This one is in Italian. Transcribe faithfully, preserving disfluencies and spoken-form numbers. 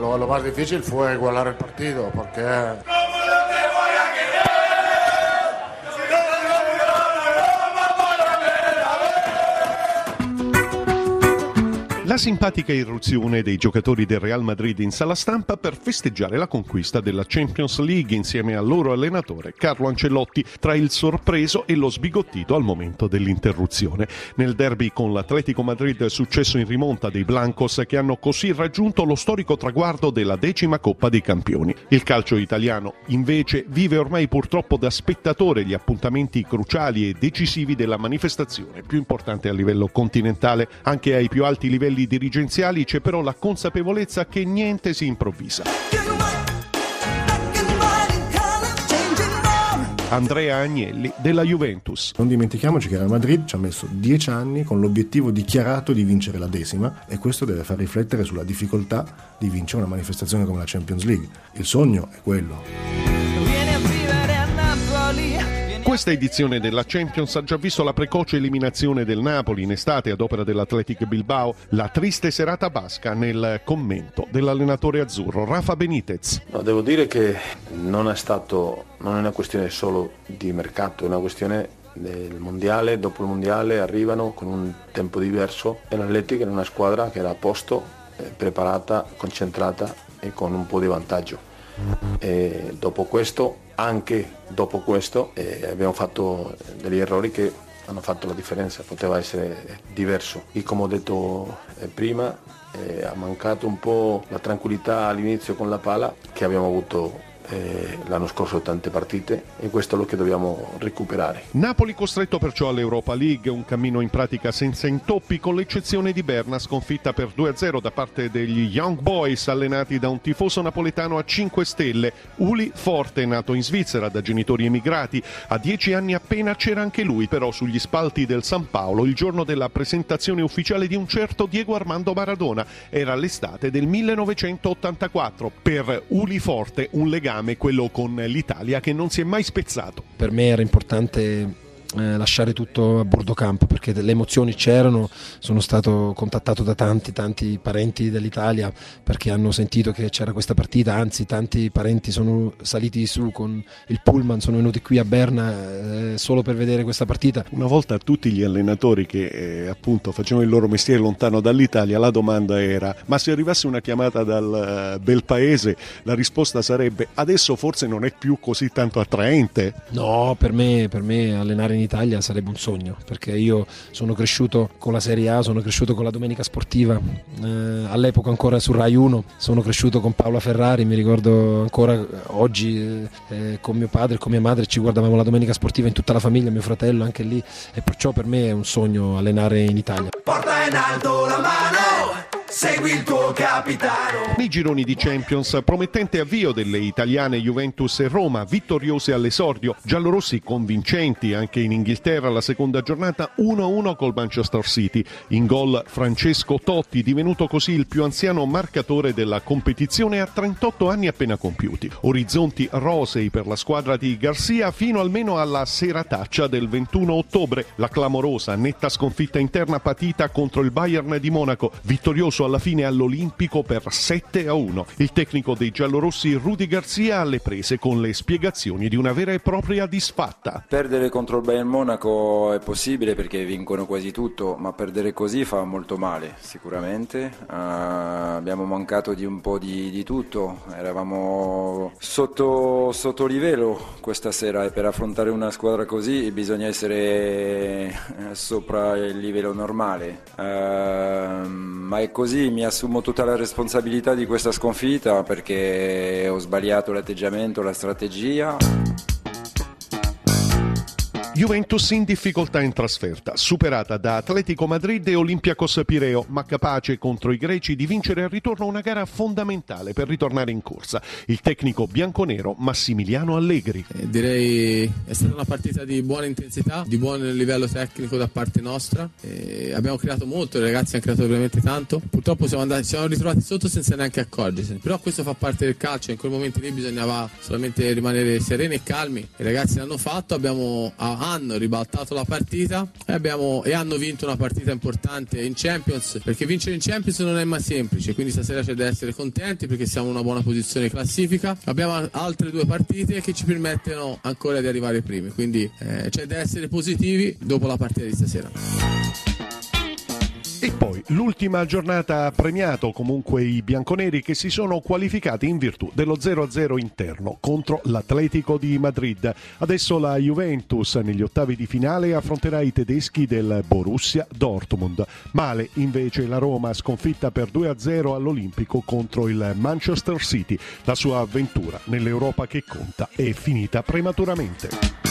lo, lo más difícil fue igualar el partido, porque... La simpatica irruzione dei giocatori del Real Madrid in sala stampa per festeggiare la conquista della Champions League insieme al loro allenatore Carlo Ancelotti, tra il sorpreso e lo sbigottito al momento dell'interruzione. Nel derby con l'Atletico Madrid è successo in rimonta dei Blancos, che hanno così raggiunto lo storico traguardo della decima Coppa dei Campioni. Il calcio italiano invece vive ormai purtroppo da spettatore gli appuntamenti cruciali e decisivi della manifestazione più importante a livello continentale. Anche ai più alti livelli dirigenziali c'è però la consapevolezza che niente si improvvisa. Andrea Agnelli della Juventus. Non dimentichiamoci che il Madrid ci ha messo dieci anni con l'obiettivo dichiarato di vincere la decima, e questo deve far riflettere sulla difficoltà di vincere una manifestazione come la Champions League. Il sogno è quello. Vieni a vivere a Napoli. Questa edizione della Champions ha già visto la precoce eliminazione del Napoli in estate ad opera dell'Athletic Bilbao, la triste serata basca nel commento dell'allenatore azzurro Rafa Benitez. No, devo dire che non è stato, non è una questione solo di mercato, è una questione del mondiale. Dopo il mondiale arrivano con un tempo diverso e l'Athletic era una squadra che era a posto, eh, preparata, concentrata e con un po' di vantaggio. E dopo questo, anche dopo questo, eh, abbiamo fatto degli errori che hanno fatto la differenza, poteva essere diverso. E come ho detto eh, prima, eh, ha mancato un po' la tranquillità all'inizio con la palla che abbiamo avuto eh, l'anno scorso tante partite, e questo è lo che dobbiamo recuperare. Napoli costretto perciò all'Europa League, un cammino in pratica senza intoppi, con l'eccezione di Berna, sconfitta per due a zero da parte degli Young Boys allenati da un tifoso napoletano a cinque stelle. Uli Forte, nato in Svizzera da genitori emigrati, a dieci anni appena c'era anche lui però sugli spalti del San Paolo il giorno della presentazione ufficiale di un certo Diego Armando Maradona. Era l'estate del millenovecentottantaquattro. Per Uli Forte un legame, quello con l'Italia, che non si è mai spezzato. Per me era importante eh, lasciare tutto a bordo campo, perché le emozioni c'erano. Sono stato contattato da tanti tanti parenti dell'Italia perché hanno sentito che c'era questa partita, anzi tanti parenti sono saliti su con il pullman, sono venuti qui a Berna eh, solo per vedere questa partita. Una volta a tutti gli allenatori che eh, appunto facevano il loro mestiere lontano dall'Italia, la domanda era: ma se arrivasse una chiamata dal uh, bel paese, la risposta sarebbe: adesso forse non è più così tanto attraente? No, per me, per me allenare in Italia sarebbe un sogno, perché io sono cresciuto con la Serie A, sono cresciuto con la Domenica Sportiva, eh, all'epoca ancora su Rai uno, sono cresciuto con Paola Ferrari, mi ricordo ancora oggi eh, con mio padre e con mia madre ci guardavamo la Domenica Sportiva in tutta la famiglia, mio fratello anche lì, e perciò per me è un sogno allenare in Italia. Porta in alto la mano, segui il tuo capitano. Nei gironi di Champions, promettente avvio delle italiane Juventus e Roma, vittoriose all'esordio, giallorossi convincenti anche in Inghilterra la seconda giornata, uno a uno col Manchester City. In gol Francesco Totti, divenuto così il più anziano marcatore della competizione a trentotto anni appena compiuti. Orizzonti rosei per la squadra di Garcia fino almeno alla serataccia del ventuno ottobre, la clamorosa netta sconfitta interna patita contro il Bayern di Monaco, vittorioso alla fine all'Olimpico per sette a uno. Il tecnico dei giallorossi Rudy Garcia alle prese con le spiegazioni di una vera e propria disfatta. Perdere contro il Bayern Monaco è possibile perché vincono quasi tutto, ma perdere così fa molto male sicuramente. Uh, abbiamo mancato di un po' di, di tutto, eravamo sotto, sotto livello questa sera, e per affrontare una squadra così bisogna essere sopra il livello normale. Uh, ma è così, mi assumo tutta la responsabilità di questa sconfitta perché ho sbagliato l'atteggiamento, la strategia. Juventus in difficoltà in trasferta, superata da Atletico Madrid e Olympiacos Pireo, ma capace contro i greci di vincere al ritorno una gara fondamentale per ritornare in corsa. Il tecnico bianconero Massimiliano Allegri. Eh, direi è stata una partita di buona intensità, di buon livello tecnico da parte nostra. Eh, abbiamo creato molto, i ragazzi hanno creato veramente tanto. Purtroppo siamo andati, siamo ritrovati sotto senza neanche accorgersene. Però questo fa parte del calcio, in quei momenti lì bisognava solamente rimanere sereni e calmi. I ragazzi l'hanno fatto, abbiamo hanno ribaltato la partita e, abbiamo, e hanno vinto una partita importante in Champions, perché vincere in Champions non è mai semplice, quindi stasera c'è da essere contenti perché siamo in una buona posizione di classifica. Abbiamo altre due partite che ci permettono ancora di arrivare primi, quindi eh, c'è da essere positivi dopo la partita di stasera. E poi l'ultima giornata ha premiato comunque i bianconeri che si sono qualificati in virtù dello zero a zero interno contro l'Atletico di Madrid. Adesso la Juventus negli ottavi di finale affronterà i tedeschi del Borussia Dortmund. Male invece la Roma, sconfitta per due a zero all'Olimpico contro il Manchester City. La sua avventura nell'Europa che conta è finita prematuramente.